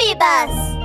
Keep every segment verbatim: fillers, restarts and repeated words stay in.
ビバス。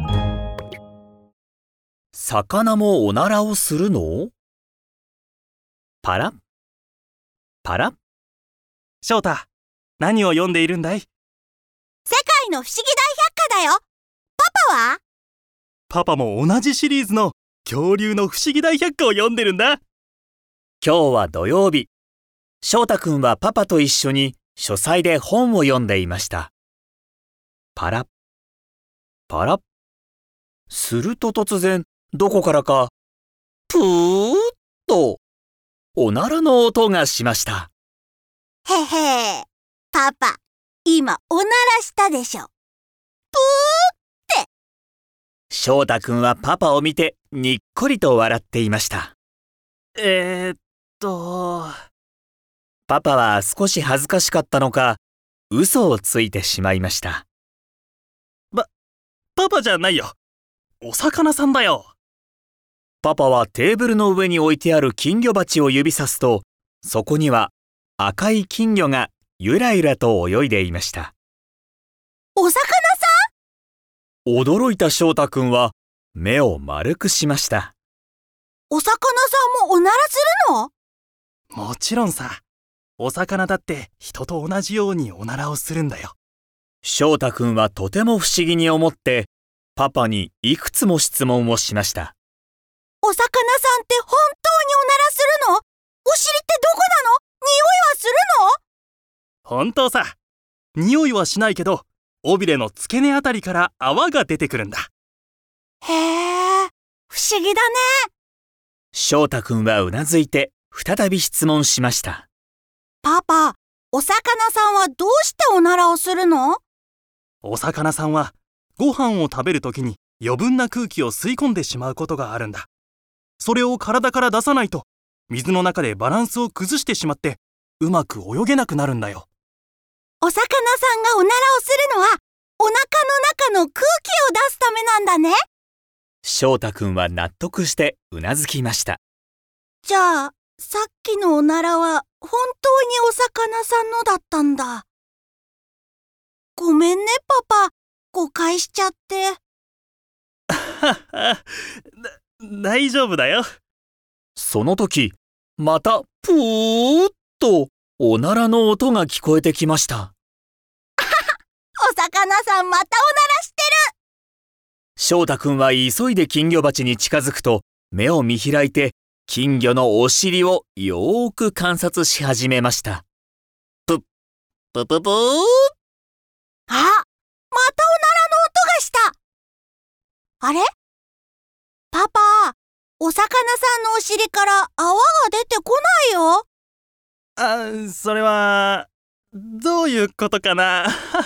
魚もおならをするの？パラッパラッ。 翔太、何を読んでいるんだい？ 世界の不思議大百科だよ。パパは？ パパも同じシリーズの恐竜の不思議大百科を読んでるんだ。 今日は土曜日。翔太くんはパパと一緒に書斎で本を読んでいました。パラッパラッ。すると突然どこからかプーッとおならの音がしました。 へへ、パパ、今おならしたでしょ。プーって。 翔太くんはパパを見てにっこりと笑っていました。 えーっとパパは少し恥ずかしかったのか、嘘をついてしまいました。 ば、パパじゃないよ。お魚さんだよ。 パパはテーブルの上に置いてある金魚鉢を指さすと、そこには赤い金魚がゆらゆらと泳いでいました。 お魚さん？驚いた翔太くんは目を丸くしました。 お魚さんもおならするの？ もちろんさ。お魚だって人と同じようにおならをするんだよ。 翔太くんはとても不思議に思って、パパにいくつも質問をしました。 お魚さんって本当におならするの？お尻ってどこなの？匂いはするの？ 本当さ。匂いはしないけど、尾びれの付け根あたりから泡が出てくるんだ。 へえ、不思議だね。 翔太くんはうなずいて再び質問しました。 パパ、お魚さんはどうしておならをするの？ お魚さんはご飯を食べるときに余分な空気を吸い込んでしまうことがあるんだ。それを体から出さないと水の中でバランスを崩してしまってうまく泳げなくなるんだよ。 お魚さんがおならをするのはお腹の中の空気を出すためなんだね。 翔太くんは納得してうなずきました。 じゃあさっきのおならは本当にお魚さんのだったんだ。ごめんねパパ、誤解しちゃって。 はは、大丈夫だよ。 その時、またプーッとおならの音が聞こえてきました。 お魚さんまたおならしてる。 翔太くんは急いで金魚鉢に近づくと、目を見開いて金魚のお尻をよーく観察し始めました。ぷっ、ぷぷぷー。 あ、またおならの音がした。あれ？パパ、お魚さんのお尻から泡が出てこないよ。 あ、それはどういうことかな。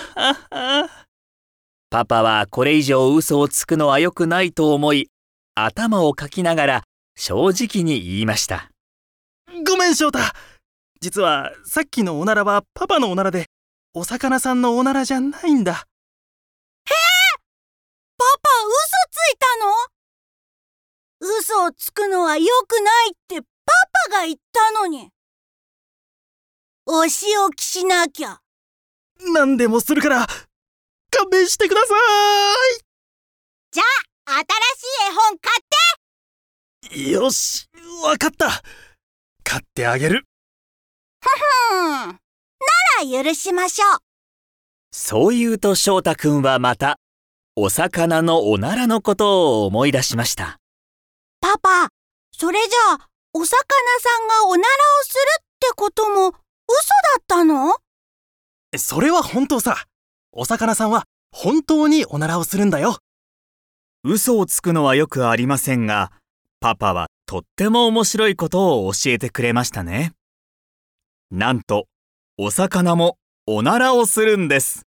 パパはこれ以上嘘をつくのは良くないと思い、頭をかきながら正直に言いました。 ごめん翔太。実はさっきのおならはパパのおならで、お魚さんのおならじゃないんだ。へえ！パパ嘘ついたの？嘘をつくのは良くないってパパが言ったのに。お仕置きしなきゃ。 何でもするから勘弁してください。 じゃあ新しい絵本買って。 よし、わかった。買ってあげる。 ふふん。なら許しましょう。 そう言うと翔太くんはまたお魚のおならのことを思い出しました。 パパ、それじゃあお魚さんがおならをするってことも嘘だったの？ それは本当さ。お魚さんは本当におならをするんだよ。 嘘をつくのはよくありませんが、パパはとっても面白いことを教えてくれましたね。なんと、お魚もおならをするんです。